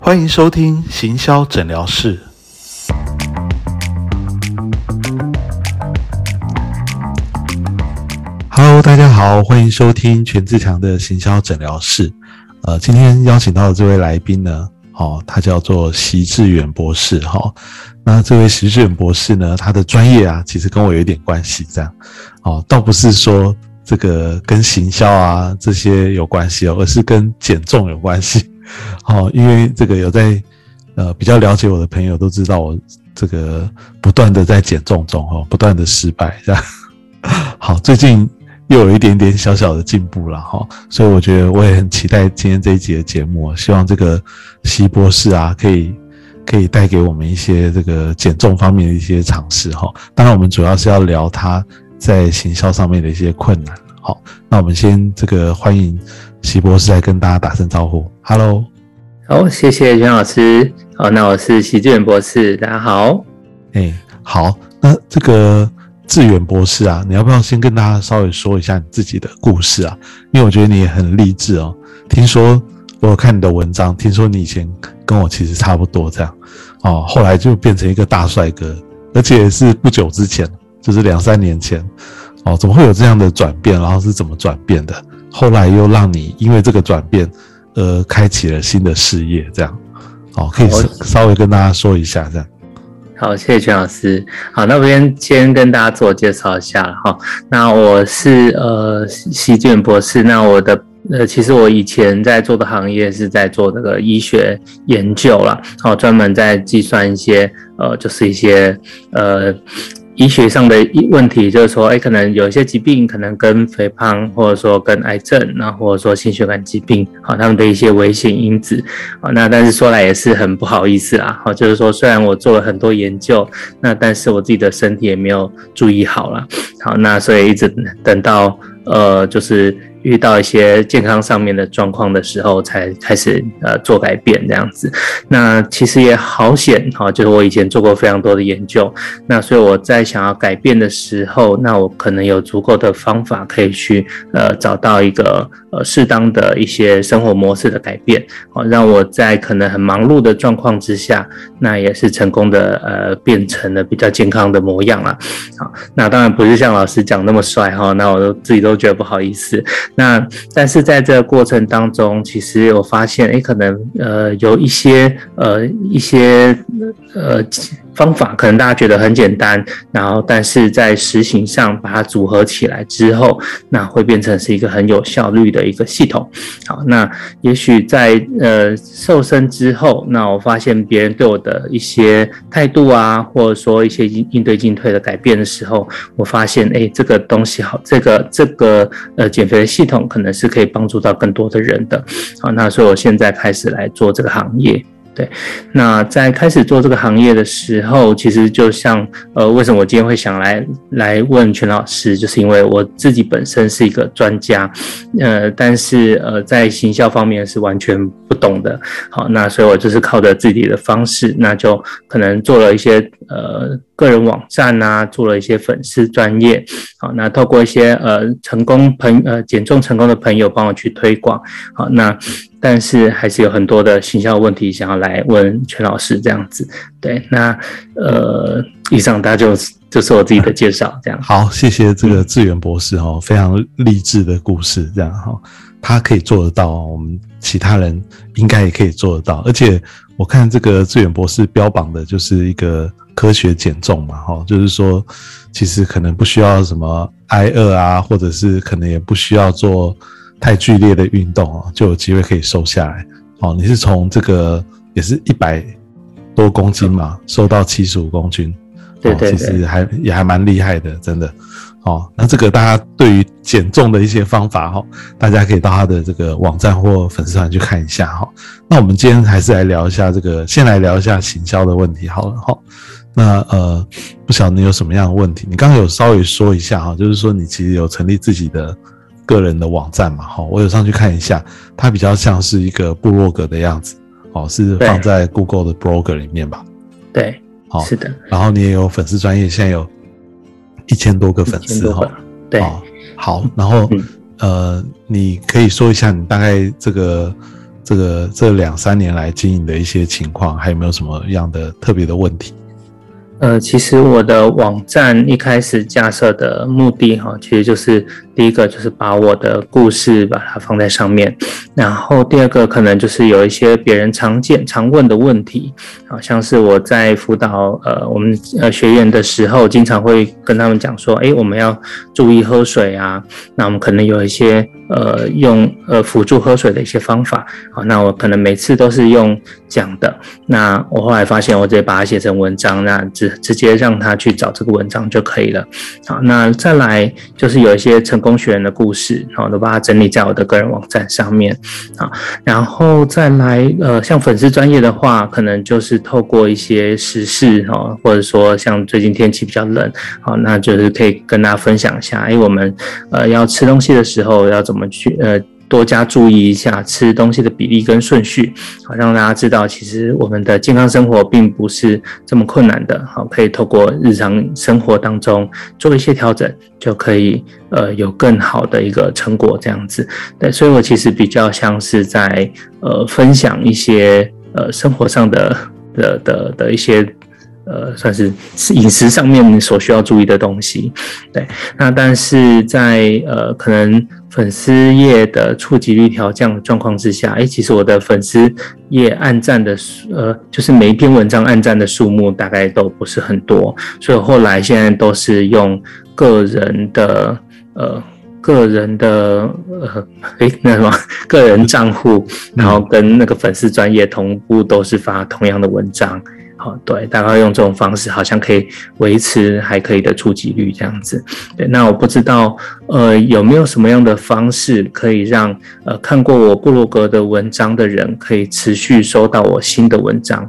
欢迎收听行销诊疗室。Hello， 大家好，欢迎收听全自强的行销诊疗室。今天邀请到的这位来宾呢，他叫做席志远博士。那这位席志远博士呢，他的专业啊，其实跟我有一点关系，这样。倒不是说这个跟行销啊这些有关系而是跟减重有关系。因为这个有在比较了解我的朋友都知道，我这个不断的在减重中不断的失败这样。好，最近又有一点点小小的进步了所以我觉得我也很期待今天这一集的节目，希望这个席博士啊可以带给我们一些这个减重方面的一些尝试当然我们主要是要聊他在行销上面的一些困难。好，那我们先这个欢迎席博士来跟大家打声招呼。 Hello。 好，谢谢袁老师。好，那我是席志远博士，大家好。 好，那这个志远博士啊，你要不要先跟大家稍微说一下你自己的故事啊？因为我觉得你也很励志哦。听说我有看你的文章，听说你以前跟我其实差不多这样后来就变成一个大帅哥，而且是不久之前，就是2-3年前怎么会有这样的转变？然后是怎么转变的？后来又让你因为这个转变开启了新的事业，这样可以稍微跟大家说一下这样。 好，谢谢全老师。好，那我先跟大家自我介绍一下哈。那我是席志远博士。那我的其实我以前在做的行业是在做这个医学研究啦，专门在计算一些就是一些医学上的问题，就是说可能有一些疾病可能跟肥胖或者说跟癌症，然后或者说心血管疾病他们的一些危险因子。那但是说来也是很不好意思啦，就是说虽然我做了很多研究，那但是我自己的身体也没有注意好啦。好，那所以一直等到就是遇到一些健康上面的状况的时候才开始做改变这样子。那其实也好险就是我以前做过非常多的研究，那所以我在想要改变的时候，那我可能有足够的方法可以去找到一个适当的一些生活模式的改变让我在可能很忙碌的状况之下，那也是成功的变成了比较健康的模样啦。好，那当然不是像老师讲那么帅那我自己都觉得不好意思。那但是在这个过程当中，其实我发现可能有一些方法可能大家觉得很简单，然后但是在实行上把它组合起来之后，那会变成是一个很有效率的一个系统。好，那也许在瘦身之后，那我发现别人对我的一些态度啊，或者说一些应对进退的改变的时候，我发现这个东西好，这个减肥的系统可能是可以帮助到更多的人的。好，那所以我现在开始来做这个行业。对，那在开始做这个行业的时候，其实就像为什么我今天会想来问全老师，就是因为我自己本身是一个专家，但是在行销方面是完全不懂的。好，那所以我就是靠着自己的方式，那就可能做了一些个人网站啊，做了一些粉丝专页。好，那透过一些减重成功的朋友帮我去推广。好，那但是还是有很多的行销问题想要来问全老师这样子。对，那以上大家就是我自己的介绍这样。 好，谢谢这个志远博士非常励志的故事这样他可以做得到我们其他人应该也可以做得到。而且我看这个志远博士标榜的就是一个科学减重嘛就是说其实可能不需要什么挨饿啊，或者是可能也不需要做太剧烈的运动就有机会可以瘦下来。你是从这个也是100多公斤嘛，瘦到75公斤。 对对对， 其实也还蛮厉害的，真的。那这个大家对于减重的一些方法大家可以到他的这个网站或粉丝团去看一下那我们今天还是来聊一下先来聊一下行销的问题好了那不晓得你有什么样的问题？你刚刚有稍微说一下就是说你其实有成立自己的个人的网站嘛我有上去看一下，它比较像是一个部落格的样子是放在 Google 的 Blogger 里面吧？ 对，是的。 然后你也有粉丝专页，现在有1000多个粉丝对， 好，然后你可以说一下你大概这个这2-3年来经营的一些情况，还有没有什么样的特别的问题？ 其实我的网站一开始架设的目的其实就是第一个就是把我的故事把它放在上面，然后第二个可能就是有一些别人常问的问题，好像是我在辅导我们学员的时候，经常会跟他们讲说，我们要注意喝水啊，那我们可能有一些用辅助喝水的一些方法，好，那我可能每次都是用讲的，那我后来发现我直接把它写成文章，那直接让他去找这个文章就可以了。好，那再来就是有一些成功学员的故事，好，都把它整理在我的个人网站上面。好，然后再来像粉丝专页的话，可能就是透过一些时事或者说像最近天气比较冷，好，那就是可以跟大家分享一下，我们要吃东西的时候要怎么去多加注意一下吃东西的比例跟顺序，好，让大家知道其实我们的健康生活并不是这么困难的，好，可以透过日常生活当中做一些调整，就可以有更好的一个成果这样子。对，所以我其实比较像是在分享一些生活上的一些算是饮食上面所需要注意的东西。对，那但是在可能粉丝页的触及率调降的状况之下，其实我的粉丝页按赞的就是每一篇文章按赞的数目大概都不是很多，所以后来现在都是用个人的个人账户，然后跟那个粉丝专页同步都是发同样的文章。好，对，大概用这种方式好像可以维持还可以的触及率这样子。对，那我不知道有没有什么样的方式可以让看过我部落格的文章的人可以持续收到我新的文章。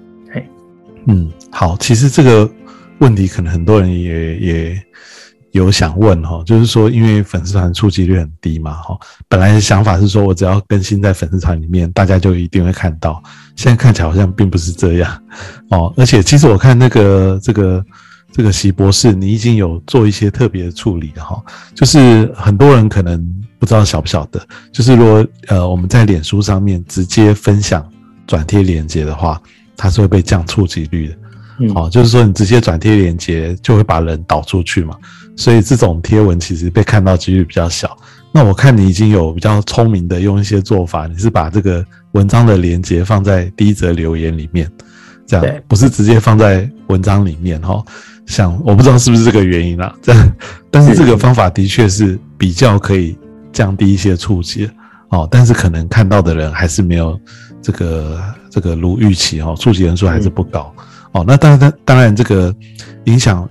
好，其实这个问题可能很多人也有想问就是说因为粉丝团触及率很低嘛本来的想法是说我只要更新在粉丝团里面大家就一定会看到，现在看起来好像并不是这样而且其实我看这个习博士你已经有做一些特别的处理就是很多人可能不知道晓不晓得，就是如果我们在脸书上面直接分享转贴连结的话，它是会被降触及率的就是说你直接转贴连结就会把人导出去嘛，所以这种贴文其实被看到几率比较小。那我看你已经有比较聪明的用一些做法，你是把这个文章的连结放在第一则留言里面，这样不是直接放在文章里面像我不知道是不是这个原因啦，但是这个方法的确是比较可以降低一些触及但是可能看到的人还是没有这个如预期触及人数还是不高那当然这个影响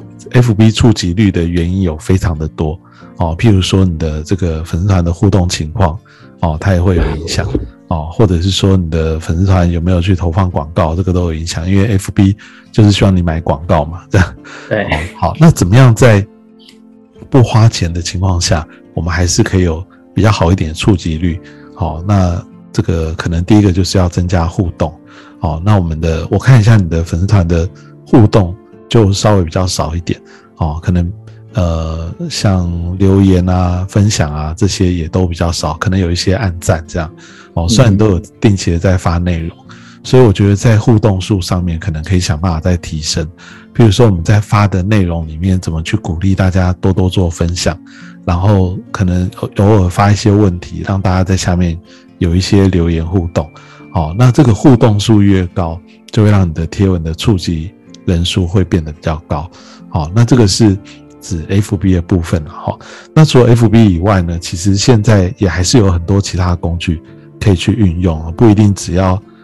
FB 触及率的原因有非常的多譬如说你的这个粉丝团的互动情况它也会有影响或者是说你的粉丝团有没有去投放广告，这个都有影响，因为 FB 就是希望你买广告嘛，这样对好，那怎么样在不花钱的情况下我们还是可以有比较好一点的触及率那这个可能第一个就是要增加互动那我看一下你的粉丝团的互动就稍微比较少一点可能像留言啊分享啊这些也都比较少，可能有一些按赞这样虽然都有定期的在发内容，所以我觉得在互动数上面可能可以想办法再提升，比如说我们在发的内容里面怎么去鼓励大家多多做分享，然后可能偶尔发一些问题让大家在下面有一些留言互动那这个互动数越高就会让你的贴文的触及人数会变得比较高那这个是指 FB 的部分那除了 FB 以外呢，其实现在也还是有很多其他的工具可以去运用不一定只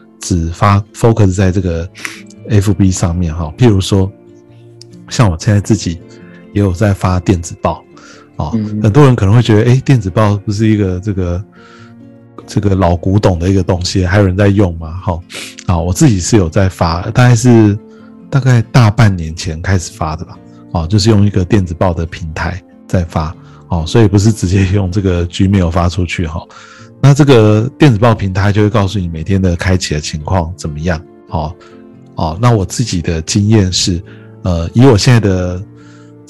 focus 在这个 FB 上面譬如说像我现在自己也有在发电子报很多人可能会觉得电子报不是一个这个老古董的一个东西，还有人在用吗我自己是有在发，大概大半年前开始发的吧就是用一个电子报的平台在发所以不是直接用这个 Gmail 发出去那这个电子报平台就会告诉你每天的开启的情况怎么样那我自己的经验是以我现在的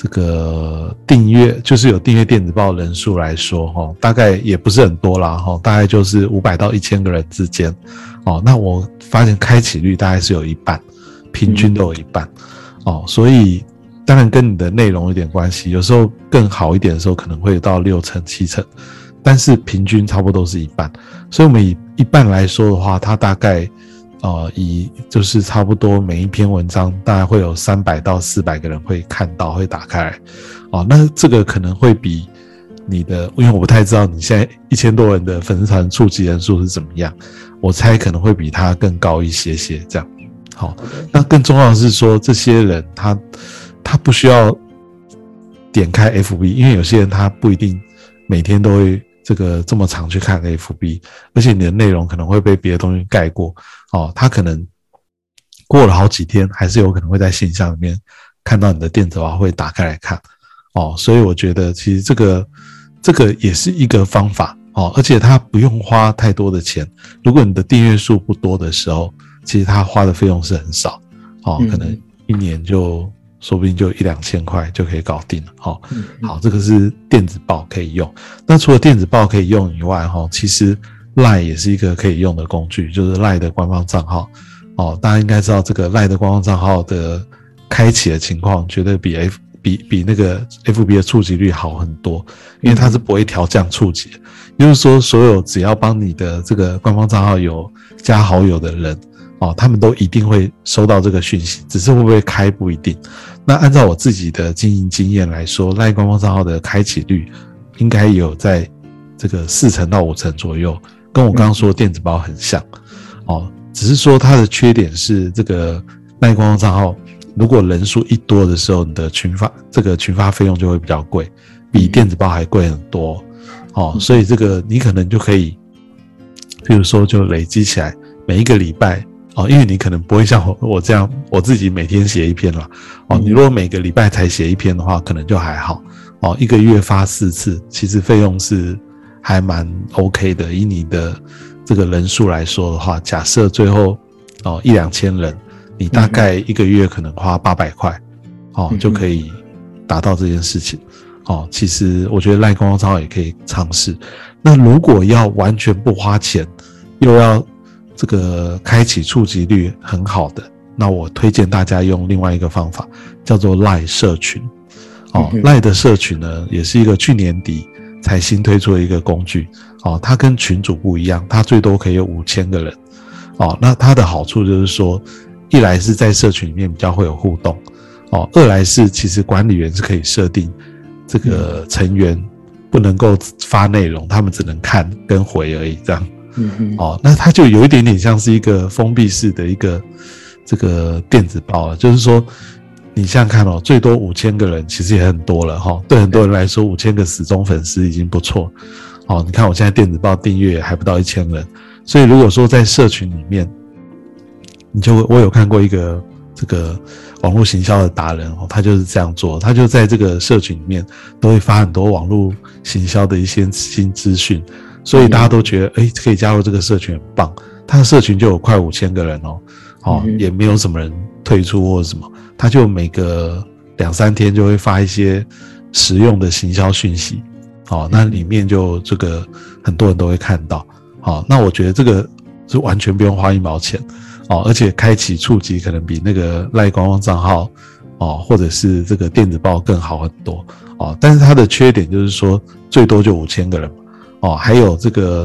这个订阅，就是有订阅电子报人数来说，大概也不是很多啦，大概就是500到1000个人之间，那我发现开启率大概是有一半，平均都有一半，所以当然跟你的内容有点关系，有时候更好一点的时候可能会到6成7成，但是平均差不多都是一半，所以我们以一半来说的话，它大概以就是差不多每一篇文章大概会有300到400个人会看到，会打开来，那这个可能会比你的，因为我不太知道你现在1000多人的粉丝团触及人数是怎么样，我猜可能会比他更高一些些这样。好，那更重要的是说，这些人他不需要点开 FB， 因为有些人他不一定每天都会这么常去看 FB， 而且你的内容可能会被别的东西盖过，他可能过了好几天还是有可能会在信箱里面看到你的电子报，会打开来看，所以我觉得其实这个也是一个方法，而且它不用花太多的钱，如果你的订阅数不多的时候，其实它花的费用是很少，可能一年就说不定就1-2千块就可以搞定了。好，这个是电子报可以用。那除了电子报可以用以外，其实 LINE 也是一个可以用的工具，就是 LINE 的官方账号。大家应该知道这个 LINE 的官方账号的开启的情况绝对比那个 FB 的触及率好很多，因为它是不会调降触及的。也就是说，所有只要帮你的这个官方账号有加好友的人，他们都一定会收到这个讯息，只是会不会开不一定。那按照我自己的经营经验来说， LINE 官方账号的开启率应该有在这个4成到5成左右，跟我刚刚说的电子报很像，只是说它的缺点是这个 LINE 官方账号如果人数一多的时候，你的群发费用就会比较贵，比电子报还贵很多，所以这个你可能就可以比如说就累积起来，每一个礼拜因为你可能不会像我这样我自己每天写一篇啦，你如果每个礼拜才写一篇的话可能就还好，一个月发4次，其实费用是还蛮 OK 的。以你的这个人数来说的话，假设最后1-2千人，你大概一个月可能花800块就可以达到这件事情。其实我觉得 LINE 官方账号也可以尝试。那如果要完全不花钱，又要这个开启触及率很好的，那我推荐大家用另外一个方法，叫做 LINE 社群。LINE 的社群呢，也是一个去年底才新推出的一个工具。它跟群组不一样，它最多可以有5000个人。那它的好处就是说，一来是在社群里面比较会有互动，二来是其实管理员是可以设定这个成员不能够发内容，他们只能看跟回而已，这样。那它就有一点点像是一个封闭式的一个这个电子报了，就是说你想想看最多5000个人其实也很多了对很多人来说5000个死忠粉丝已经不错。你看我现在电子报订阅还不到1000人，所以如果说在社群里面，我有看过一个这个网络行销的达人他就是这样做，他就在这个社群里面都会发很多网络行销的一些新资讯，所以大家都觉得可以加入这个社群很棒。他的社群就有快5000个人也没有什么人退出或者什么，他就每个2-3天就会发一些实用的行销讯息，那里面就这个很多人都会看到，那我觉得这个是完全不用花1毛钱，而且开启触及可能比那个 LINE 官方账号或者是这个电子报更好很多，但是它的缺点就是说最多就5000个人还有这个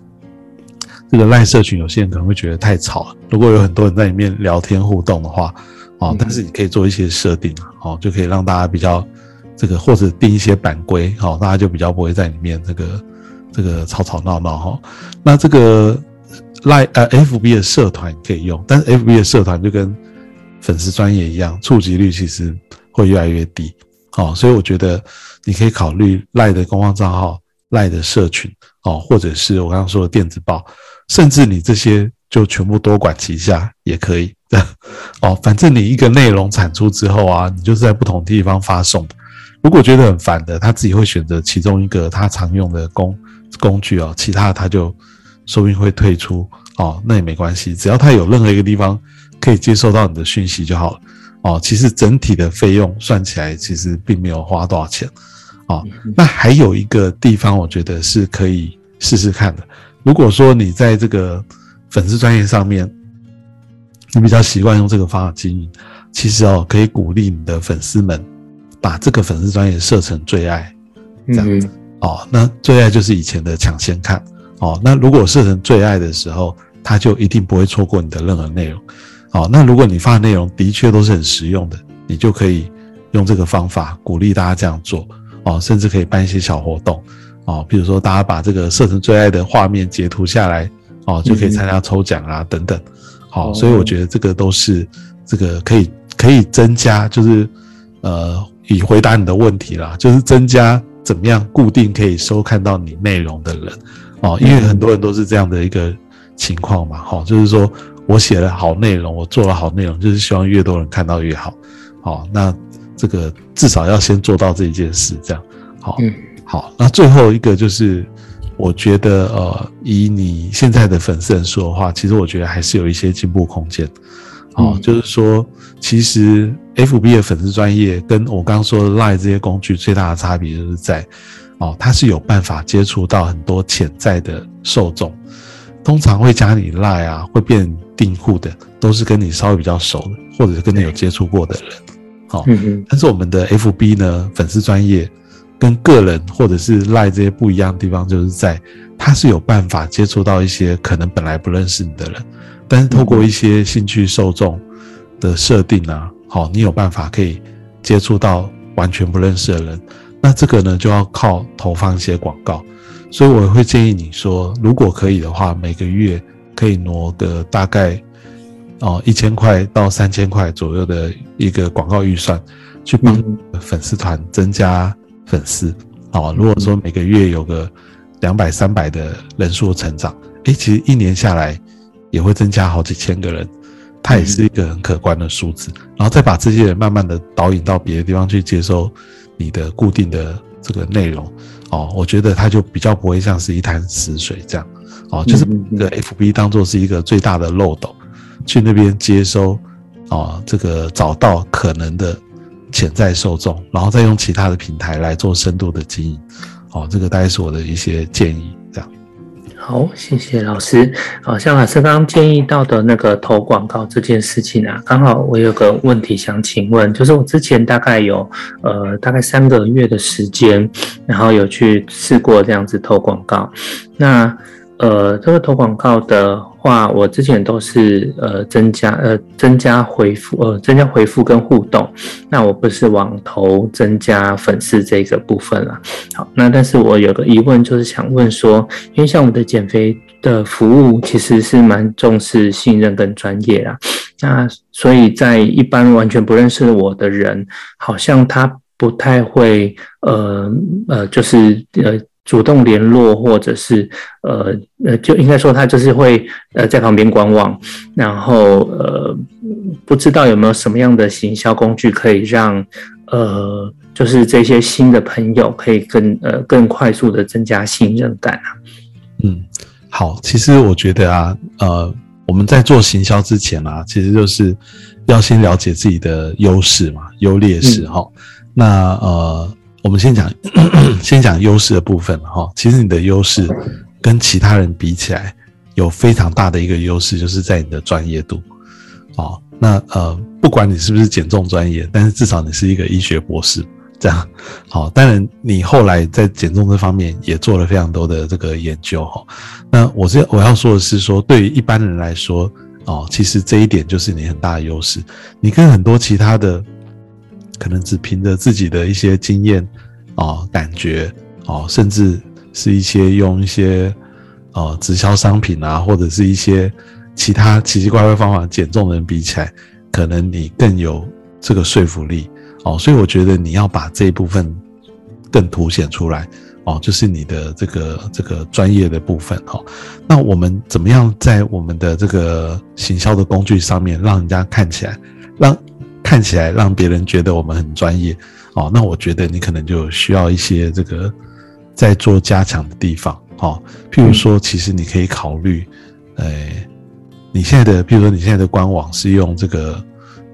LINE 社群，有些人可能会觉得太吵了，如果有很多人在里面聊天互动的话但是你可以做一些设定就可以让大家比较这个，或者定一些版规大家就比较不会在里面这个吵吵闹闹那这个 FB 的社团可以用，但是 FB 的社团就跟粉丝专页一样，触及率其实会越来越低所以我觉得你可以考虑 LINE 的官方账号、LINE 的社群或者是我刚刚说的电子报，甚至你这些就全部多管齐下也可以反正你一个内容产出之后你就是在不同地方发送，如果觉得很烦的，他自己会选择其中一个他常用的工具其他的他就说不定会退出那也没关系，只要他有任何一个地方可以接收到你的讯息就好了其实整体的费用算起来其实并没有花多少钱。那还有一个地方我觉得是可以试试看的，如果说你在这个粉丝专页上面你比较习惯用这个方法经营，其实可以鼓励你的粉丝们把这个粉丝专页设成最爱这样子。那最爱就是以前的抢先看。那如果设成最爱的时候，他就一定不会错过你的任何内容。那如果你发的内容的确都是很实用的，你就可以用这个方法鼓励大家这样做。甚至可以办一些小活动。比如说大家把这个设成最爱的画面截图下来，就可以参加抽奖啊等等。所以我觉得这个都是这个可以增加，就是以回答你的问题啦，就是增加怎么样固定可以收看到你内容的人。因为很多人都是这样的一个情况嘛。就是说我写了好内容，我做了好内容，就是希望越多人看到越好。那这个至少要先做到这一件事，这样。好，那最后一个就是我觉得以你现在的粉丝人数的话，其实我觉得还是有一些进步空间。就是说其实 FB 的粉丝专页跟我刚刚说的 LINE 这些工具最大的差别就是在它是有办法接触到很多潜在的受众。通常会加你 LINE 啊，会变订户的都是跟你稍微比较熟的，或者是跟你有接触过的人。但是我们的 FB 呢，粉丝专页跟个人或者是 LINE 这些不一样的地方，就是在它是有办法接触到一些可能本来不认识你的人，但是透过一些兴趣受众的设定啊，你有办法可以接触到完全不认识的人。那这个呢就要靠投放一些广告。所以我会建议你说，如果可以的话，每个月可以挪个大概1000块到3000块左右的一个广告预算，去帮粉丝团增加粉丝。如果说每个月有个200、300的人数成长，其实一年下来也会增加好几千个人，它也是一个很可观的数字。然后再把这些人慢慢的导引到别的地方去接收你的固定的这个内容。我觉得它就比较不会像是一潭死水这样。就是这个 FB 当作是一个最大的漏斗，去那边接收这个找到可能的潜在受众，然后再用其他的平台来做深度的经营。这个大概是我的一些建议这样。 好，谢谢老师。像老师刚刚建议到的那个投广告这件事情啊，刚好我有个问题想请问，就是我之前大概有大概3个月的时间，然后有去试过这样子投广告。那这个投广告的话，我之前都是增加回复跟互动，那我不是往投增加粉丝这个部分啦。好，那但是我有个疑问，就是想问说，因为像我们的减肥的服务其实是蛮重视信任跟专业啦，那所以在一般完全不认识我的人，好像他不太会就是主动联络，或者是就应该说他就是会在旁边观望，然后不知道有没有什么样的行销工具可以让就是这些新的朋友可以更快速的增加信任感啊。 好，其实我觉得啊，我们在做行销之前啊，其实就是要先了解自己的优势嘛，优劣势哈。那我们先讲优势的部分哈。其实你的优势跟其他人比起来，有非常大的一个优势，就是在你的专业度。那不管你是不是减重专业，但是至少你是一个医学博士，这样。好，当然你后来在减重这方面也做了非常多的这个研究哈。那我要说的是说，对于一般人来说，其实这一点就是你很大的优势。你跟很多其他的可能只凭着自己的一些经验感觉甚至是用一些直销商品啊，或者是一些其他奇奇怪怪方法减重的人比起来，可能你更有这个说服力所以我觉得你要把这一部分更凸显出来就是你的这个专业的部分那我们怎么样在我们的这个行销的工具上面让人家看起来让别人觉得我们很专业那我觉得你可能就需要一些这个在做加强的地方譬如说其实你可以考虑譬如说你现在的官网是用这个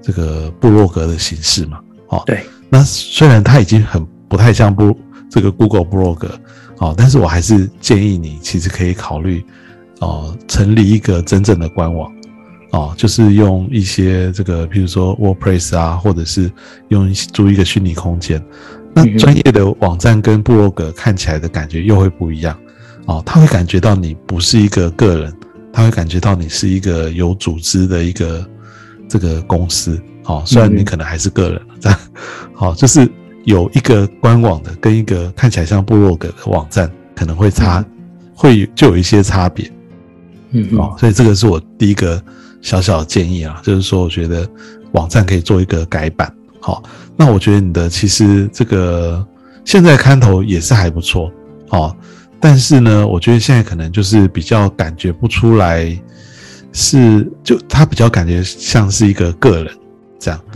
这个部落格的形式嘛， 对。 那虽然它已经很不太像这个 Google 部落格，但是我还是建议你其实可以考虑成立一个真正的官网，就是用一些这个譬如说 WordPress 啊，或者是租一个虚拟空间。那专业的网站跟部落格看起来的感觉又会不一样，他会感觉到你不是一个个人，他会感觉到你是一个有组织的一个这个公司，虽然你可能还是个人，这样，就是有一个官网的跟一个看起来像部落格的网站可能会就有一些差别，所以这个是我第一个小小的建议啊，就是说我觉得网站可以做一个改版。好，那我觉得你的其实这个现在看头也是还不错，但是呢，我觉得现在可能就是比较感觉不出来就他比较感觉像是一个个人这样，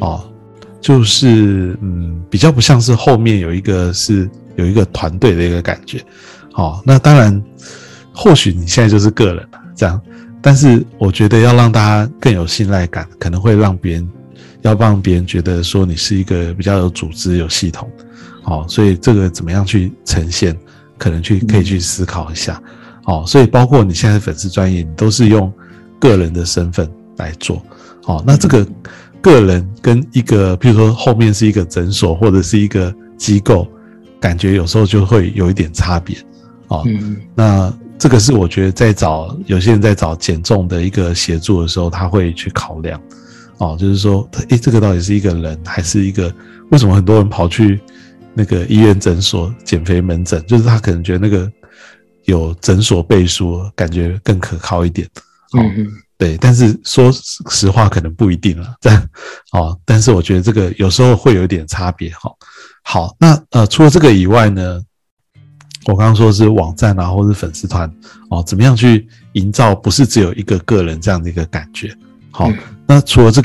就是比较不像是后面有一个团队的一个感觉，那当然或许你现在就是个人了这样，但是我觉得要让大家更有信赖感，可能会让别人觉得说你是一个比较有组织有系统，所以这个怎么样去呈现，可能可以去思考一下，所以包括你现在粉丝专页，你都是用个人的身份来做，那这个个人跟一个譬如说后面是一个诊所或者是一个机构，感觉有时候就会有一点差别，那这个是我觉得有些人在找减重的一个协助的时候，他会去考量，就是说这个到底是一个人还是一个，为什么很多人跑去那个医院诊所减肥门诊，就是他可能觉得那个有诊所背书感觉更可靠一点，对，但是说实话可能不一定了，这样，但是我觉得这个有时候会有一点差别，好，那除了这个以外呢，我刚刚说的是网站啊，或是粉丝团，怎么样去营造不是只有一个个人这样的一个感觉，好，那除了这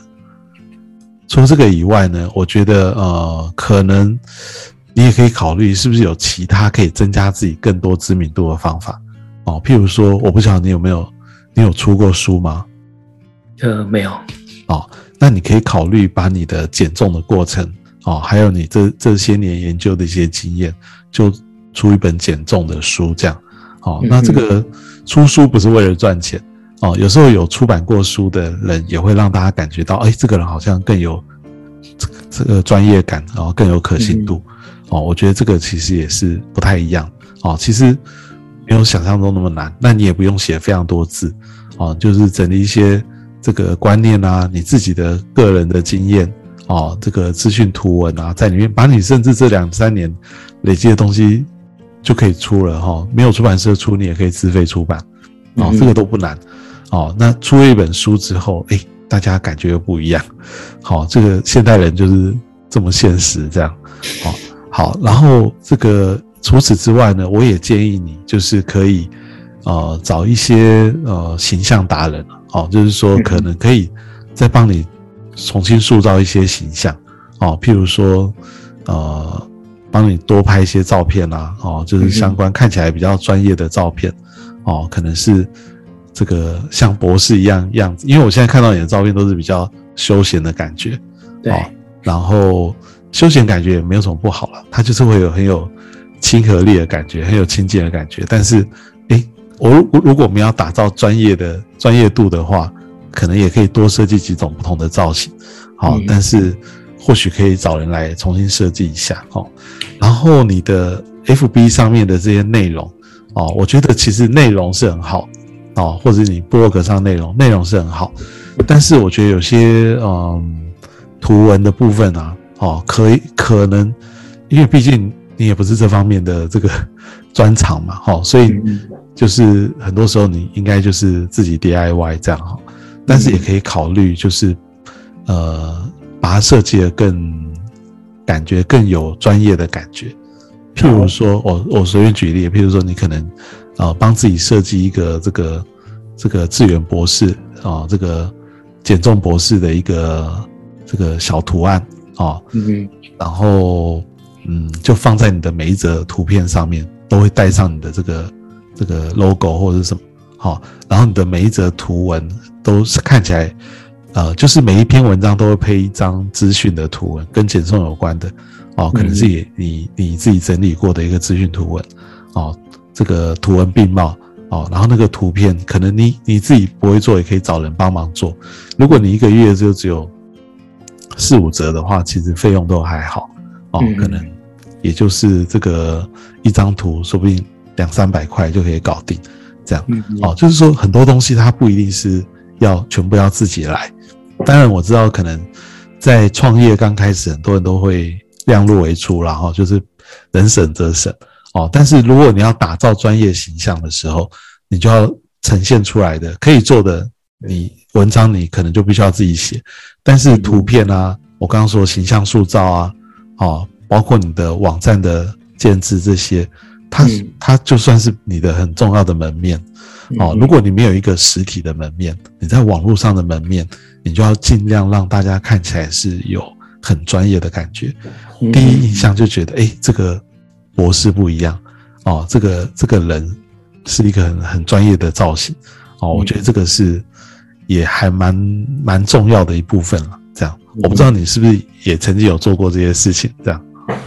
个以外呢，我觉得可能你也可以考虑是不是有其他可以增加自己更多知名度的方法，譬如说我不晓得你有出过书吗？ 没有。 那你可以考虑把你的减重的过程，还有你这些年研究的一些经验，就出一本减重的书这样。那这个出书不是为了赚钱，有时候有出版过书的人也会让大家感觉到，这个人好像更有这个专业感，然后更有可信度。我觉得这个其实也是不太一样。其实没有想象中那么难，那你也不用写非常多字，就是整理一些这个观念啊，你自己的个人的经验，这个资讯图文啊，在里面把你甚至这2-3年累积的东西就可以出了，没有出版社出，你也可以自费出版，这个都不难，那出了一本书之后，大家感觉又不一样，这个现代人就是这么现实，这样，好，然后这个除此之外呢，我也建议你就是可以找一些形象达人，就是说可能可以再帮你重新塑造一些形象，譬如说帮你多拍一些照片啊，就是相关看起来比较专业的照片，可能是这个像博士一样子，因为我现在看到你的照片都是比较休闲的感觉， 对， 然后休闲感觉也没有什么不好了，它就是会有很有亲和力的感觉，很有亲近的感觉，但是如果我们要打造专业度的话，可能也可以多设计几种不同的造型，但是或许可以找人来重新设计一下，然后你的 FB 上面的这些内容，我觉得其实内容是很好，或者你部落格上内容是很好，但是我觉得有些图文的部分啊，可能因为毕竟你也不是这方面的这个专长嘛，所以就是很多时候你应该就是自己 DIY 这样，但是也可以考虑就是把它设计的感觉更有专业的感觉，譬如说我随便举例，譬如说你可能帮自己设计一个这个志远博士这个减重博士的一个这个小图案然后就放在你的每一则图片上面，都会带上你的这个 logo 或者是什么，然后你的每一则图文都是看起来就是每一篇文章都会配一张资讯的图文，跟减重有关的可能是你自己整理过的一个资讯图文这个图文并茂然后那个图片可能你自己不会做，也可以找人帮忙做。如果你一个月就只有4-5折的话，其实费用都还好可能也就是这个一张图，说不定200-300块就可以搞定，这样就是说很多东西它不一定是全部要自己来。当然我知道可能在创业刚开始，很多人都会量入为出啦就是能省则省但是如果你要打造专业形象的时候，你就要呈现出来的可以做的，你文章你可能就必须要自己写，但是图片啊，我刚刚说形象塑造啊包括你的网站的建制这些，它就算是你的很重要的门面如果你没有一个实体的门面，你在网络上的门面，你就要尽量让大家看起来是有很专业的感觉，第一印象就觉得这个博士不一样这个人是一个很专业的造型我觉得这个是也还蛮重要的一部分了。这样我不知道你是不是也曾经有做过这些事情这样。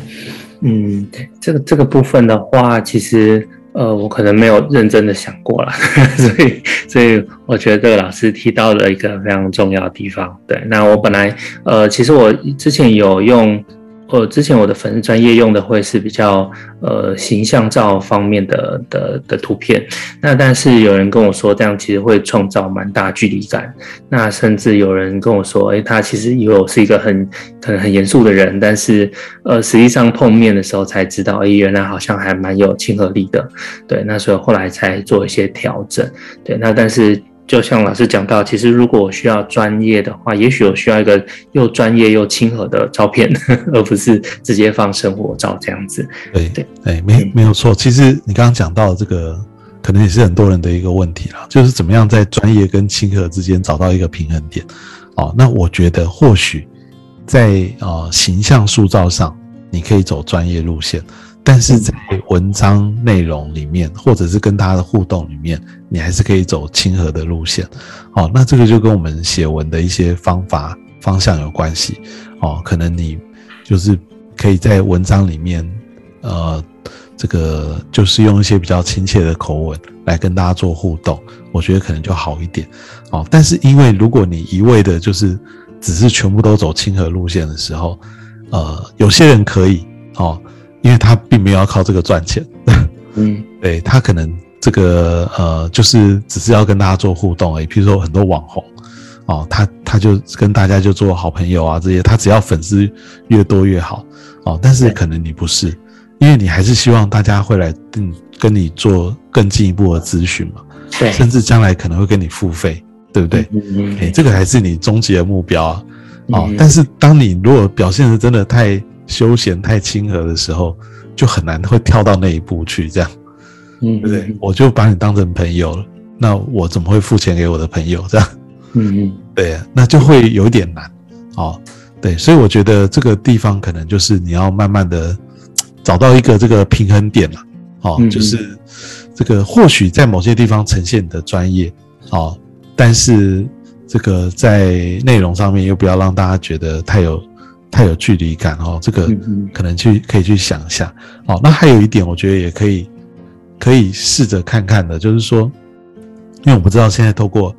这个部分的话，其实我可能没有认真的想过啦所以我觉得这个老师提到了一个非常重要的地方。对，那我本来其实我之前有用之前我的粉丝专页用的会是比较形象照方面的图片，那但是有人跟我说这样其实会创造蛮大距离感，那甚至有人跟我说他其实以为我是一个可能很严肃的人，但是实际上碰面的时候才知道原来好像还蛮有亲和力的。对，那所以后来才做一些调整。对，那但是就像老师讲到，其实如果我需要专业的话，也许我需要一个又专业又亲和的照片而不是直接放生活照这样子。 对，没有错。其实你刚刚讲到这个可能也是很多人的一个问题啦，就是怎么样在专业跟亲和之间找到一个平衡点那我觉得或许在形象塑造上你可以走专业路线，但是在文章内容里面或者是跟他的互动里面，你还是可以走亲和的路线那这个就跟我们写文的一些方向有关系可能你就是可以在文章里面这个就是用一些比较亲切的口吻来跟大家做互动，我觉得可能就好一点但是因为如果你一味的就是只是全部都走亲和路线的时候有些人可以因为他并没有要靠这个赚钱对，他可能这个就是只是要跟大家做互动而已，譬如说很多网红他就跟大家就做好朋友啊这些，他只要粉丝越多越好但是可能你不是，因为你还是希望大家会来跟你做更进一步的咨询嘛，对，甚至将来可能会跟你付费，对不对这个还是你终极的目标但是当你如果表现得真的太休闲太亲和的时候，就很难会跳到那一步去这样对不对？我就把你当成朋友了，那我怎么会付钱给我的朋友这样对，那就会有一点难对，所以我觉得这个地方可能就是你要慢慢的找到一个这个平衡点了就是这个或许在某些地方呈现你的专业但是这个在内容上面又不要让大家觉得太有距离感这个可能可以去想一下那还有一点我觉得也可以试着看看的，就是说因为我不知道现在透过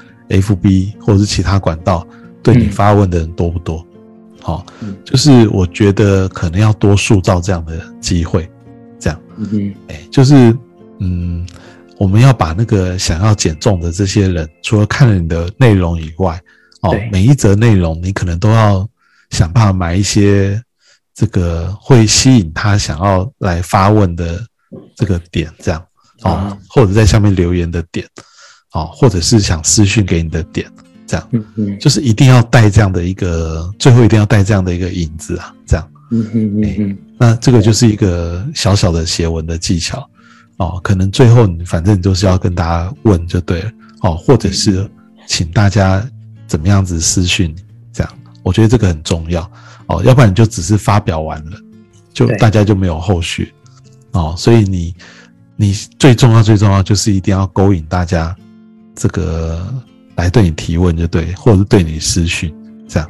FB 或者是其他管道对你发问的人多不多就是我觉得可能要多塑造这样的机会这样就是我们要把那个想要减重的这些人，除了看了你的内容以外每一则内容你可能都要想办法买一些这个会吸引他想要来发问的这个点这样或者在下面留言的点或者是想私讯给你的点这样就是一定要带这样的一个最后一定要带这样的一个引子这样那这个就是一个小小的写文的技巧可能最后你反正你就是要跟大家问就对了或者是请大家怎么样子私讯你这样，我觉得这个很重要要不然你就只是发表完了就大家就没有后续所以你最重要就是一定要勾引大家这个来对你提问就对，或者是对你私讯这样。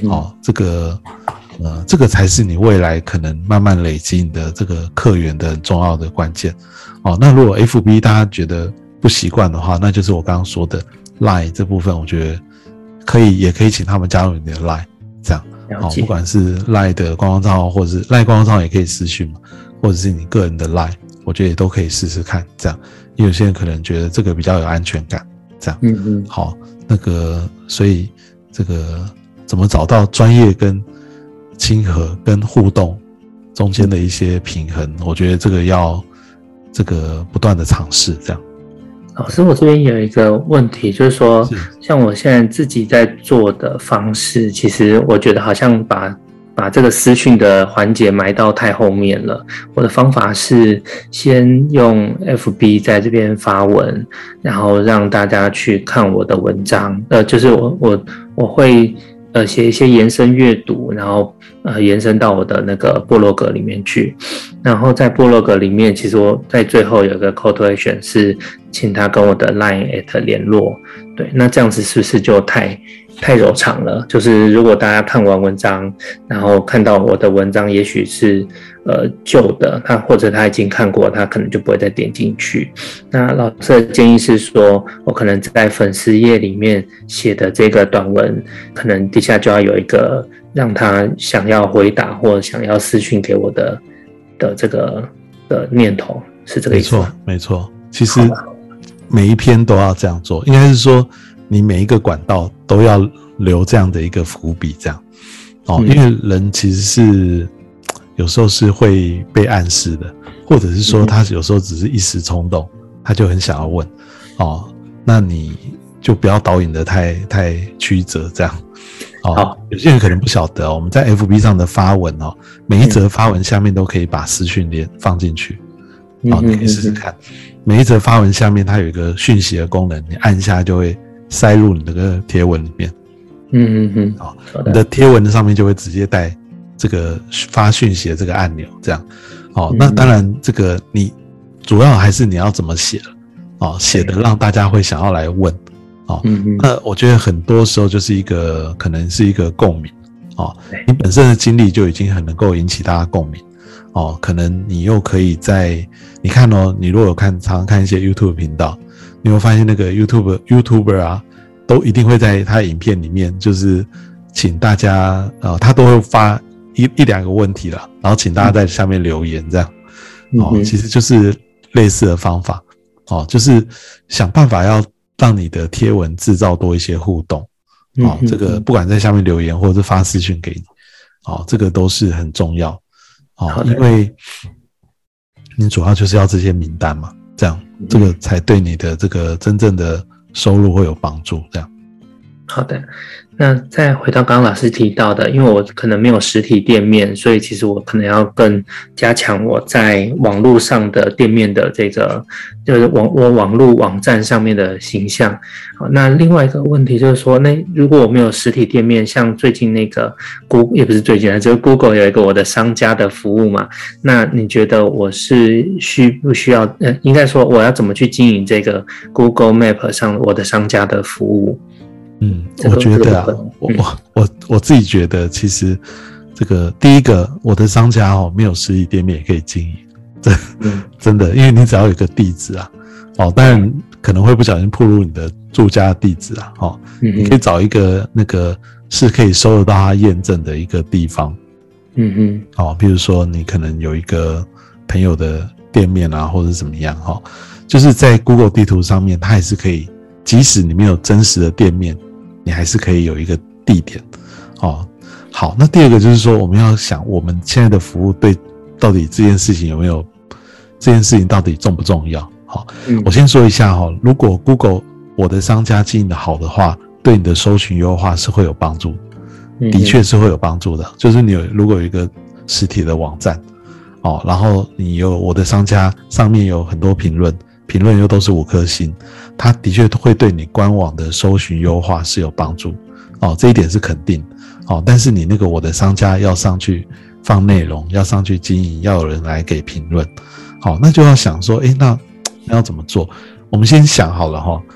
这个才是你未来可能慢慢累积你的这个客源的很重要的关键。那如果 FB 大家觉得不习惯的话，那就是我刚刚说的 LINE 这部分，我觉得也可以请他们加入你的 LINE 这样。不管是 LINE 的官方账号，或者是 LINE 官方账号也可以私讯嘛，或者是你个人的 LINE， 我觉得也都可以试试看这样。因为有些人可能觉得这个比较有安全感这样。好，所以这个怎么找到专业跟亲和跟互动中间的一些平衡，我觉得这个要不断的尝试这样。 老师，我这边有一个问题，就是说，像我现在自己在做的方式，其实我觉得好像把这个私讯的环节埋到太后面了。我的方法是先用 FB 在这边发文，然后让大家去看我的文章，就是我会写一些延伸阅读，然后延伸到我的那个部落格里面去。然后在部落格里面，其实我在最后有个 call to action 是请他跟我的 LINE@ 联络。对，那这样子是不是就太柔长了？就是如果大家看完文章，然后看到我的文章也许是旧的，或者他已经看过，他可能就不会再点进去。那老师的建议是说，我可能在粉丝页里面写的这个短文，可能底下就要有一个让他想要回答或想要私讯给我的这个的念头，是这个意思吗？ 没错，其实每一篇都要这样做，应该是说你每一个管道都要留这样的一个伏笔这样。因为人其实是有时候是会被暗示的，或者是说他有时候只是一时冲动，他就很想要问。那你就不要导引的太曲折这样。有些人可能不晓得我们在 FB 上的发文每一则发文下面都可以把私讯连放进去。你可以试试看，每一则发文下面它有一个讯息的功能，你按一下就会塞入你的贴文里面。你的贴文上面就会直接带这个发讯息的这个按钮这样。那当然这个你主要还是你要怎么写了写的让大家会想要来问。那我觉得很多时候就是可能是一个共鸣。你本身的经历就已经很能够引起大家共鸣。可能你又可以你看你如果常常看一些 YouTube 频道，你会发现那个 YouTuber 啊，都一定会在他影片里面就是请大家他都会发一两个问题啦，然后请大家在下面留言这样。其实就是类似的方法。就是想办法要让你的贴文制造多一些互动。这个不管在下面留言或者是发私讯给你，这个都是很重要。因为你主要就是要这些名单嘛，这样这个才对你的这个真正的收入会有帮助这样。 好的，那再回到刚刚老师提到的，因为我可能没有实体店面，所以其实我可能要更加强我在网络上的店面的这个，就是我网络网站上面的形象。好，那另外一个问题就是说，那如果我没有实体店面，像最近那个也不是最近，就是 Google 有一个我的商家的服务嘛，那你觉得我是需不需要应该说我要怎么去经营这个 Google Map 上我的商家的服务？ 我觉得我自己觉得，其实这个第一个，我的商家没有实体店面也可以经营，真的，因为你只要有一个地址啊，当然可能会不小心暴露你的住家地址啊，你可以找一个那个是可以收得到他验证的一个地方，比如说你可能有一个朋友的店面啊，或者怎么样就是在 Google 地图上面，它还是可以，即使你没有真实的店面，你还是可以有一个地点。好，那第二个就是说，我们要想我们现在的服务到底这件事情这件事情到底重不重要。我先说一下如果 Google 我的商家经营的好的话，对你的搜寻优化是会有帮助，的确是会有帮助的。就是你如果有一个实体的网站然后你有我的商家上面有很多评论又都是5颗星，它的确会对你官网的搜寻优化是有帮助这一点是肯定但是你那个我的商家要上去放内容，要上去经营，要有人来给评论那就要想说那要怎么做？我们先想好了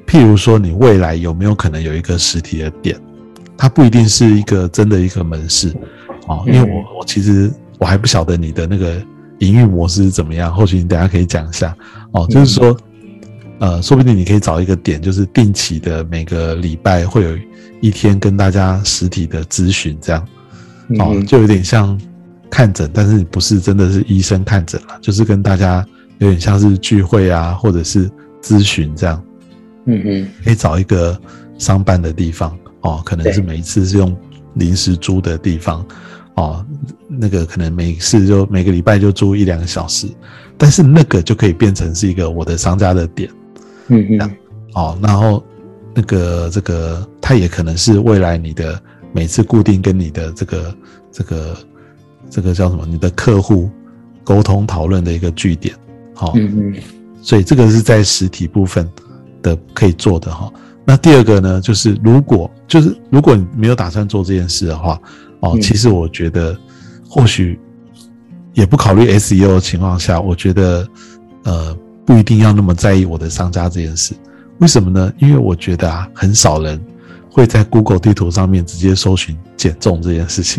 譬如说你未来有没有可能有一个实体的店，它不一定是一个真的一个门市因为我其实我还不晓得你的那个营运模式是怎么样，或许你等一下可以讲一下就是说说不定你可以找一个点，就是定期的每个礼拜会有一天跟大家实体的咨询这样就有点像看诊，但是不是真的是医生看诊啦，就是跟大家有点像是聚会啊，或者是咨询这样可以找一个商办的地方可能是每一次是用临时租的地方那个可能每个礼拜就租1-2个小时，但是那个就可以变成是一个我的商家的点然后那个这个它也可能是未来你的每次固定跟你的这个叫什么，你的客户沟通讨论的一个据点所以这个是在实体部分的可以做的那第二个呢，就是如果你没有打算做这件事的话其实我觉得或许也不考虑 SEO 的情况下，我觉得不一定要那么在意我的商家这件事。为什么呢？因为我觉得很少人会在 Google 地图上面直接搜寻减重这件事情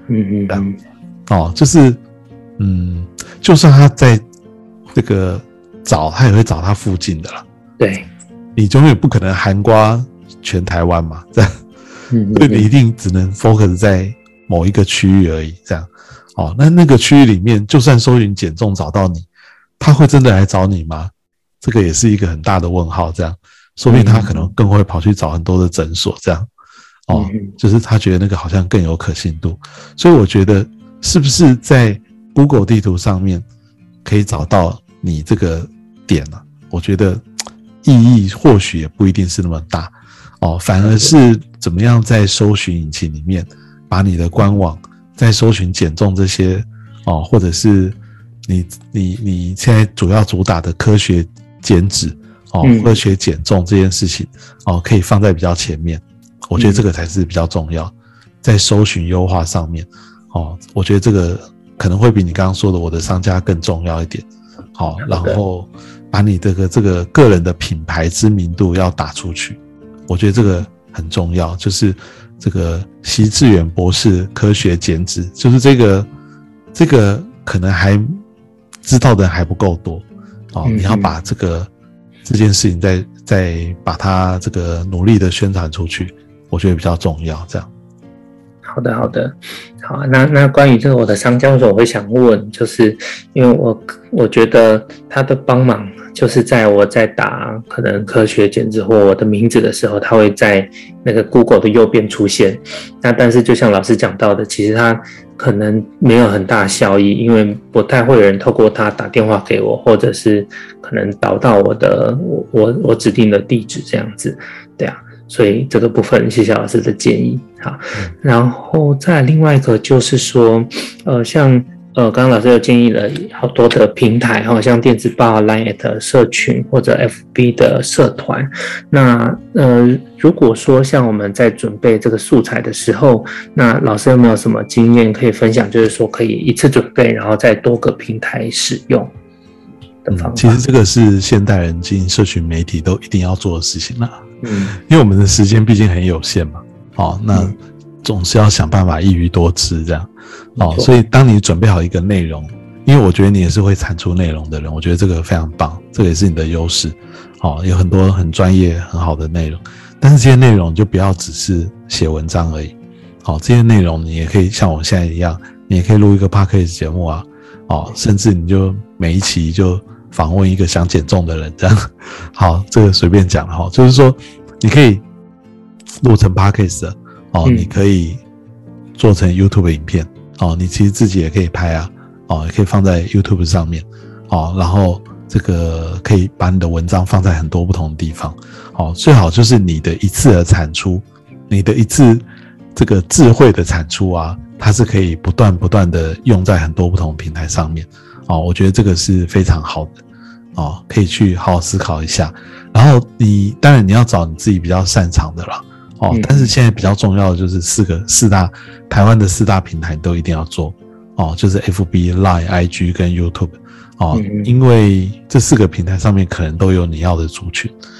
就是就算他在这个找，他也会找他附近的啦。 对， 你永远不可能涵盖全台湾嘛，这样所以你一定只能 focus 在某一个区域而已这样那个区域里面就算搜寻减重找到你，他会真的来找你吗？这个也是一个很大的问号这样，说不定他可能更会跑去找很多的诊所这样就是他觉得那个好像更有可信度。所以我觉得是不是在 Google 地图上面可以找到你这个点我觉得意义或许也不一定是那么大反而是怎么样在搜寻引擎里面把你的官网在搜寻减重这些或者是你现在主要主打的科学减脂科学减重这件事情可以放在比较前面，我觉得这个才是比较重要，在搜寻优化上面我觉得这个可能会比你刚刚说的我的商家更重要一点然后把你这个个人的品牌知名度要打出去，我觉得这个很重要，就是这个习志远博士科学减脂，就是这个可能还知道的人还不够多你要把这件事情再把它这个努力的宣传出去，我觉得比较重要这样。 好的，好，那关于这个我的商家，我会想问，就是因为我觉得他的帮忙，就是在我在打可能科学减脂或我的名字的时候，他会在那个 Google 的右边出现。那但是就像老师讲到的，其实他可能没有很大效益，因为不太会有人透过他打电话给我，或者是可能导到我指定的地址这样子，对啊。所以这个部分谢谢老师的建议。好，然后再另外一个就是说像刚刚老师有建议了好多的平台像电子报 LINE@ 社群或者 FB 的社团。那如果说像我们在准备这个素材的时候，那老师有没有什么经验可以分享，就是说可以一次准备然后在多个平台使用的方法？ 其实这个是现代人经营社群媒体都一定要做的事情啦因为我们的时间毕竟很有限嘛那总是要想办法一鱼多吃这样所以当你准备好一个内容，因为我觉得你也是会产出内容的人，我觉得这个非常棒，这个也是你的优势有很多很专业很好的内容，但是这些内容就不要只是写文章而已这些内容你也可以像我现在一样，你也可以录一个 podcast 节目甚至你就每一期就访问一个想减重的人这样好，这个随便讲就是说你可以录成 podcast 的你可以做成 YouTube 影片你其实自己也可以拍也可以放在 YouTube 上面然后这个可以把你的文章放在很多不同的地方最好就是你的一次的产出，你的一次这个智慧的产出它是可以不断的用在很多不同的平台上面我觉得这个是非常好的可以去好好思考一下。然后当然你要找你自己比较擅长的啦但是现在比较重要的就是台湾的4大平台都一定要做就是 FB、LINE、IG 跟 YouTube因为这4个平台上面可能都有你要的族群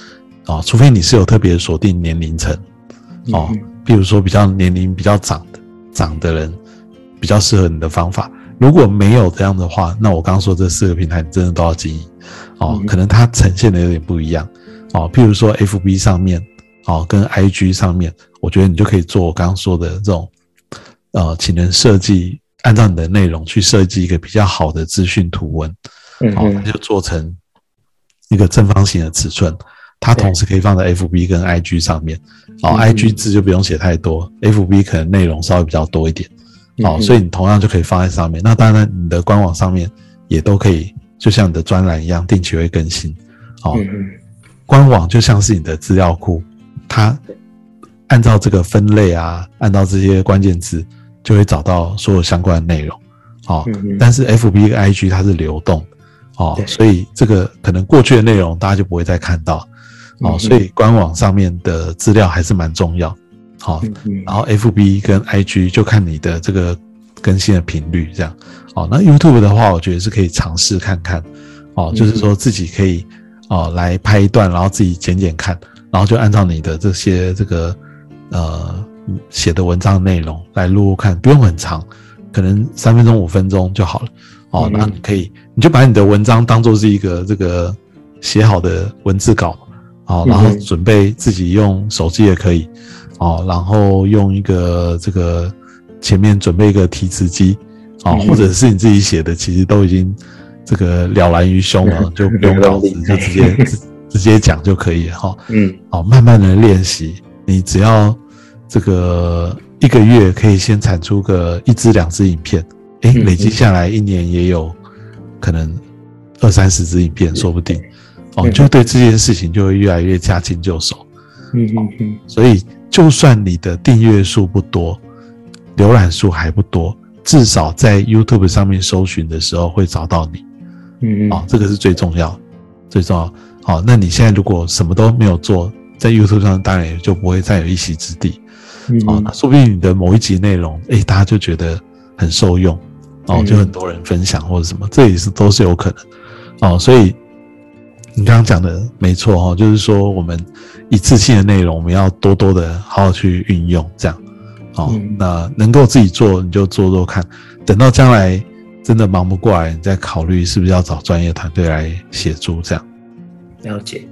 哦，除非你是有特别锁定年龄层哦，比如说年龄比较长的人比较适合你的方法。如果没有这样的话，那我刚刚说这4个平台你真的都要经营哦，可能它呈现的有点不一样哦，譬如说 FB 上面哦跟 IG 上面，我觉得你就可以做我刚刚说的这种请人设计，按照你的内容去设计一个比较好的资讯图文哦，它就做成一个正方形的尺寸，它同时可以放在 FB 跟 IG 上面哦，IG 字就不用写太多， FB 可能内容稍微比较多一点哦，所以你同样就可以放在上面。那当然你的官网上面也都可以，就像你的专栏一样定期会更新哦。官网就像是你的资料库，它按照这个分类啊，按照这些关键字就会找到所有相关的内容哦。但是 FB 跟 IG 它是流动哦，所以这个可能过去的内容大家就不会再看到哦，所以官网上面的资料还是蛮重要。好，然后 FB 跟 IG 就看你的这个更新的频率这样。哦，那 YouTube 的话，我觉得是可以尝试看看。哦，就是说自己可以来拍一段，然后自己剪看，然后就按照你的这些这个写的文章的内容来录看，不用很长，可能3分钟5分钟就好了。哦，那你就把你的文章当作是一个这个写好的文字稿，然后准备自己用手机也可以。然后用一个这个前面准备一个提词机或者是你自己写的，其实都已经这个了然于胸了，就不用稿子，就直接讲就可以了慢慢的练习，你只要这个1个月可以先产出个1支2支影片，累积下来1年也有可能20-30支影片，说不定你就对这件事情就会越来越驾轻就熟。所以就算你的订阅数不多，浏览数还不多，至少在 YouTube 上面搜寻的时候会找到你。这个是最重要。好，那你现在如果什么都没有做，在 YouTube 上当然也就不会再有一席之地。那说不定你的某一集内容，大家就觉得很受用，就很多人分享或者什么，这也是都是有可能。所以你刚刚讲的没错就是说我们一次性的内容我们要多多的好好去运用，这样那能够自己做你就做看，等到将来真的忙不过来，你再考虑是不是要找专业团队来协助这样。 了解。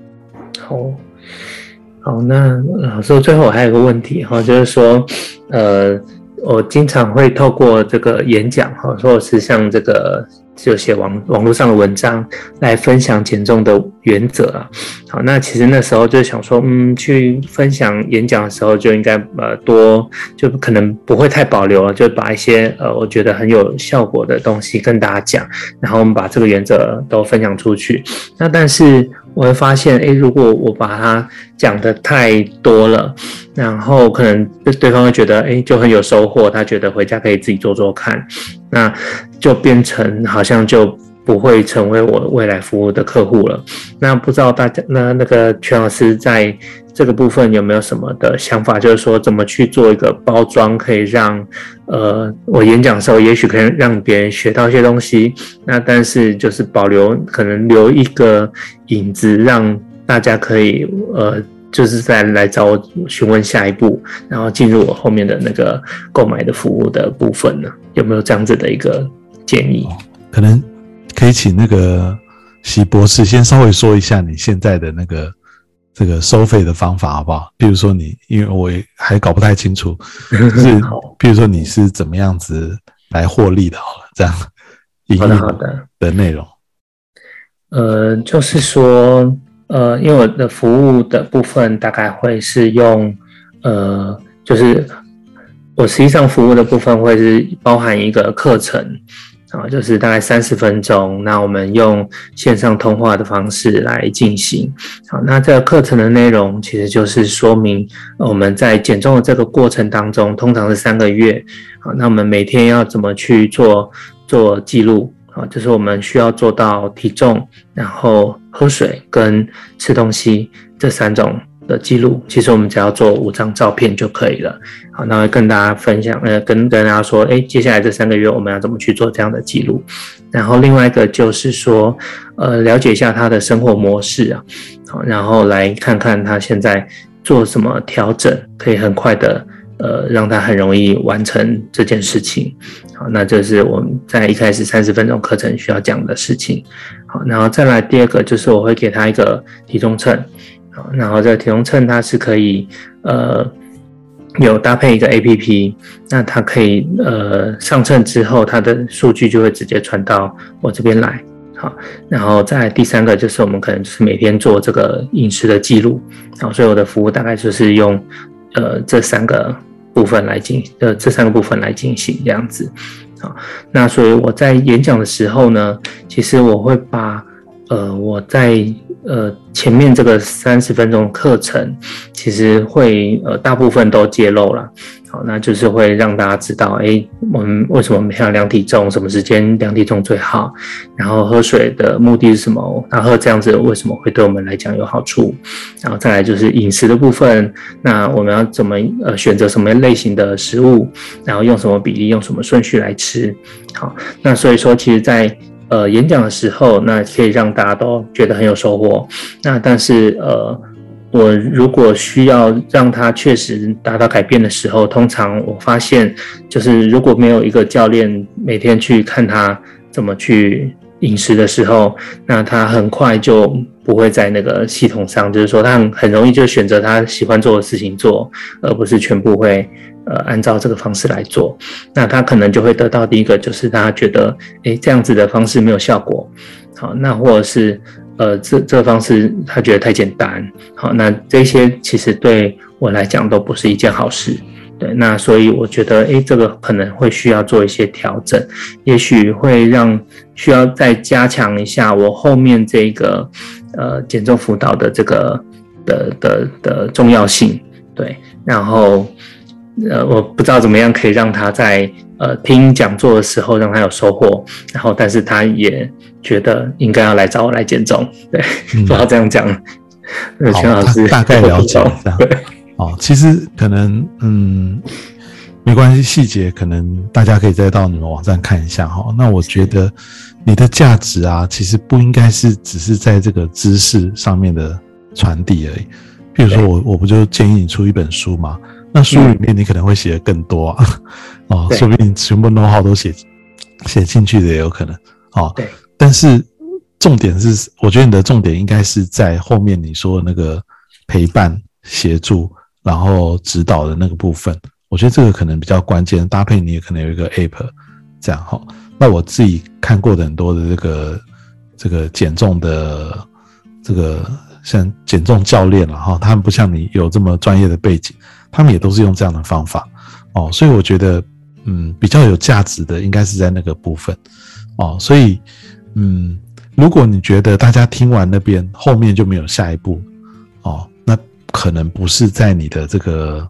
好，那老师最后我还有一个问题就是说我经常会透过这个演讲或者是像这个就写网络上的文章来分享减重的原则啊。好，那其实那时候就想说去分享演讲的时候就应该多就可能不会太保留了，就把一些我觉得很有效果的东西跟大家讲，然后我们把这个原则都分享出去。那但是我会发现如果我把它讲得太多了，然后可能对方会觉得就很有收获，他觉得回家可以自己做做看，那就变成好像就不会成为我未来服务的客户了。那不知道大家那个全老师在这个部分有没有什么的想法，就是说怎么去做一个包装，可以让我演讲的时候也许可以让别人学到一些东西，那但是就是可能留一个影子，让大家可以就是再来找我询问下一步，然后进入我后面的那个购买的服务的部分呢？有没有这样子的一个建议？ 可能可以请那个习博士先稍微说一下你现在的那个这个收费的方法好不好？比如说因为我也还搞不太清楚，就是比如说你是怎么样子来获利的，好了，这样营运的内容。 就是说因为我的服务的部分大概会是用就是我实际上服务的部分会是包含一个课程就是大概30分钟，那我们用线上通话的方式来进行。好，那这个课程的内容其实就是说明我们在减重的这个过程当中，通常是3个月。好，那我们每天要怎么去做记录？好，就是我们需要做到体重，然后喝水跟吃东西这3种的记录，其实我们只要做5张照片就可以了。好，那会跟大家分享，跟大家说，接下来这3个月我们要怎么去做这样的记录。然后另外一个就是说，了解一下他的生活模式啊，好，然后来看看他现在做什么调整，可以很快的让他很容易完成这件事情。好，那这是我们在一开始30分钟课程需要讲的事情。好，然后再来第2个就是我会给他一个体重秤。好，然后这个体重秤它是可以有搭配一个 APP， 那它可以上秤之后它的数据就会直接传到我这边来。好，然后再来第3个就是我们可能就是每天做这个饮食的记录。好，所以我的服务大概就是用这3个部分来进行这样子。好，那所以我在演讲的时候呢，其实我会把我在前面这个30分钟课程，其实会大部分都揭露了。好，那就是会让大家知道，我们为什么每天要量体重，什么时间量体重最好，然后喝水的目的是什么，然后这样子为什么会对我们来讲有好处，然后再来就是饮食的部分，那我们要怎么选择什么类型的食物，然后用什么比例，用什么顺序来吃。好，那所以说其实在演讲的时候，那可以让大家都觉得很有收获。那但是我如果需要让他确实达到改变的时候，通常我发现就是如果没有一个教练每天去看他怎么去饮食的时候，那他很快就不会在那个系统上，就是说他很容易就选择他喜欢做的事情做，而不是全部会按照这个方式来做。那他可能就会得到第一个就是他觉得这样子的方式没有效果。好，那或者是这个方式他觉得太简单。好，那这些其实对我来讲都不是一件好事。对，那所以我觉得这个可能会需要做一些调整，也许会需要再加强一下我后面这个减重辅导的这个的重要性。对，然后我不知道怎么样可以让他在听讲座的时候让他有收获，然后但是他也觉得应该要来找我来减重。对，不知道这样讲，全老师大概了解这样。其实可能没关系，细节可能大家可以再到你们网站看一下哈。那我觉得你的价值啊，其实不应该是只是在这个知识上面的传递而已。比如说我不就建议你出一本书吗？那书里面你可能会写得更多啊，说不定全部 know how 都写进去的也有可能。 对。 但是重点是，我觉得你的重点应该是在后面你说的那个陪伴、协助，然后指导的那个部分。我觉得这个可能比较关键，搭配你也可能有一个 app 这样哈。那我自己看过的很多的这个减重的这个像减重教练啦哈，他们不像你有这么专业的背景，他们也都是用这样的方法所以我觉得比较有价值的应该是在那个部分所以如果你觉得大家听完那边后面就没有下一步那可能不是在你的这个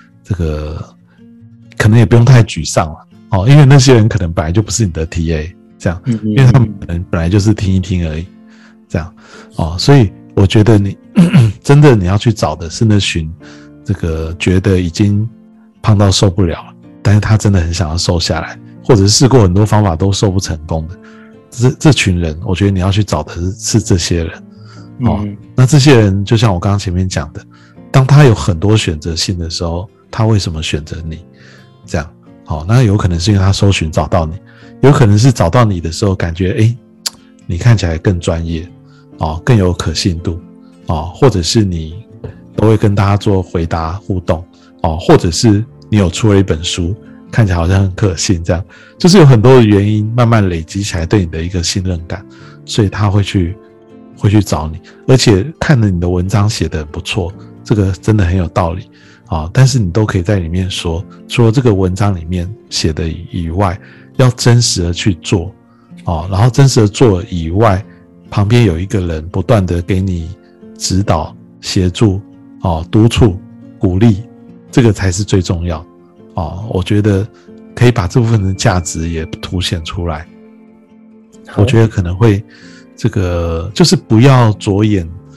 可能也不用太沮丧了因为那些人可能本来就不是你的 TA 这样，因为他们可能本来就是听一听而已这样所以我觉得你真的你要去找的是那群这个觉得已经胖到受不了了，但是他真的很想要瘦下来，或者是试过很多方法都瘦不成功的这群人，我觉得你要去找的是这些人那这些人就像我刚刚前面讲的，当他有很多选择性的时候，他为什么选择你这样那有可能是因为他搜寻找到你，有可能是找到你的时候感觉你看起来更专业更有可信度或者是你都会跟大家做回答互动或者是你有出了一本书看起来好像很可信这样，就是有很多的原因慢慢累积起来对你的一个信任感，所以他会去找你，而且看了你的文章写得很不错，这个真的很有道理但是你都可以在里面说，除了这个文章里面写的以外，要真实的去做然后真实的做以外，旁边有一个人不断的给你指导、协助督促、鼓励，这个才是最重要我觉得可以把这部分的价值也凸显出来。我觉得可能会这个就是不要着眼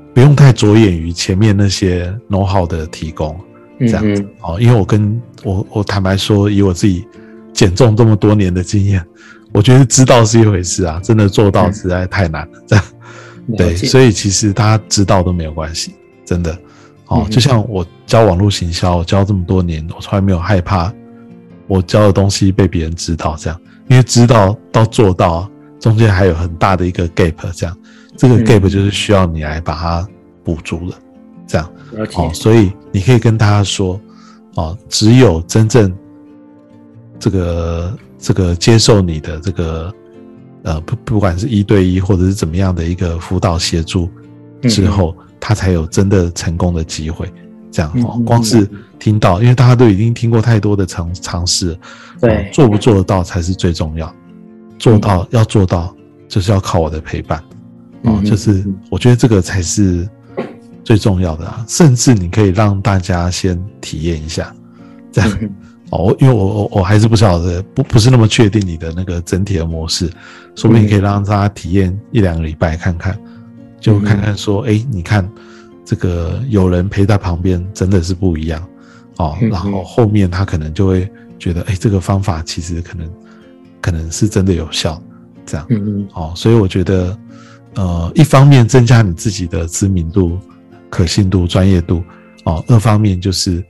不用太着眼于前面那些 know how 的提供，这样子因为我坦白说，以我自己减重这么多年的经验，我觉得知道是一回事啊，真的做到实在太难了，这样对，所以其实大家知道都没有关系，真的就像我教网络行销，我教这么多年，我从来没有害怕我教的东西被别人知道，这样，因为知道到做到中间还有很大的一个 gap， 这样，这个 gap 就是需要你来把它补足了，这样所以你可以跟大家说只有真正这个接受你的这个不管是1对1或者是怎么样的一个辅导协助之后，他才有真的成功的机会。这样光是听到，因为大家都已经听过太多的尝试，对，做不做得到才是最重要。要做到，就是要靠我的陪伴就是我觉得这个才是最重要的啊。甚至你可以让大家先体验一下，这样因为我还是不晓得，不是那么确定你的那个整体的模式，说不定可以让大家体验1-2个礼拜看看，就看看说你看这个有人陪在旁边真的是不一样然后后面他可能就会觉得这个方法其实可能是真的有效，这样所以我觉得一方面增加你自己的知名度、可信度、专业度二方面就是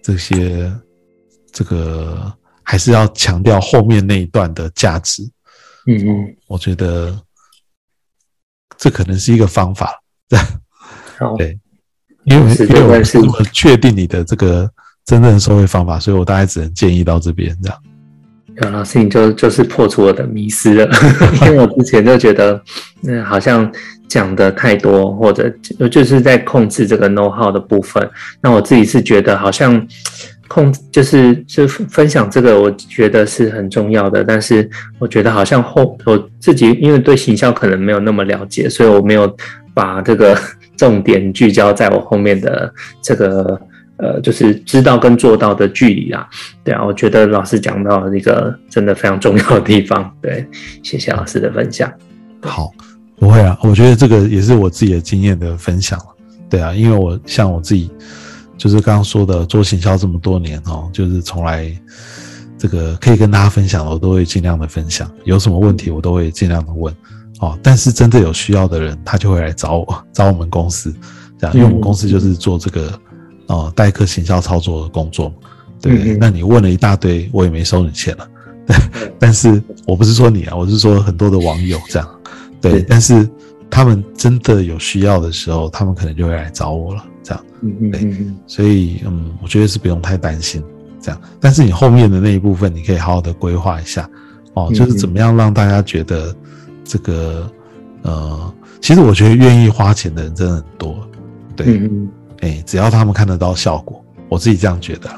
这个还是要强调后面那一段的价值我觉得这可能是一个方法，这样对，因为我不是那么确定你的这个真正的收费方法，所以我大概只能建议到这边这样。 老师，你就是破除我的迷思了，因为我之前就觉得，好像讲的太多，或者就是在控制这个 know how 的部分。那我自己是觉得好像就是分享这个，我觉得是很重要的。但是我觉得好像我自己因为对行销可能没有那么了解，所以我没有把这个重点聚焦在我后面的这个。就是知道跟做到的距离啦，对啊，我觉得老师讲到一个真的非常重要的地方，对，谢谢老师的分享。 好，不会啊，我觉得这个也是我自己的经验的分享了，对啊，因为像我自己就是刚刚说的，做行销这么多年就是从来这个可以跟大家分享的，我都会尽量的分享，有什么问题我都会尽量的问但是真的有需要的人，他就会来找我们公司，这样，因为我们公司就是做这个。代课行销操作的工作嘛，对不对？那你问了一大堆，我也没收你钱了，但是我不是说你啊，我是说很多的网友这样，对，但是他们真的有需要的时候，他们可能就会来找我了，这样，对，所以我觉得是不用太担心这样，但是你后面的那一部分，你可以好好的规划一下就是怎么样让大家觉得这个其实我觉得愿意花钱的人真的很多，对。只要他们看得到效果，我自己这样觉得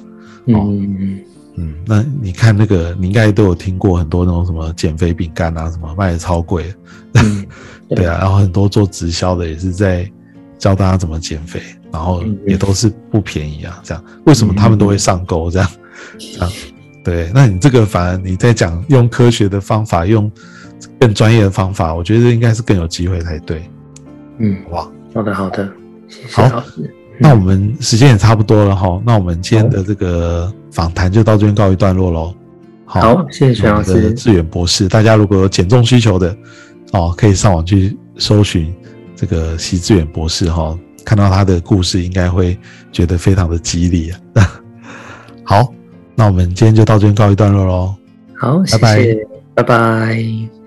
那你看那个，你应该都有听过很多那种什么减肥饼干啊，什么卖的超贵的对啊，然后很多做直销的也是在教大家怎么减肥，然后也都是不便宜啊，这样为什么他们都会上钩这样对，那你这个反而你在讲用科学的方法，用更专业的方法，我觉得应该是更有机会才对好不好？ 好的，谢谢老师。 那我们时间也差不多了哈，那我们今天的这个访谈就到这边告一段落咯。 好，谢谢全老师。 志远博士，大家如果有减重需求的可以上网去搜寻这个习志远博士看到他的故事应该会觉得非常的激励好，那我们今天就到这边告一段落咯。 好，谢谢，拜拜。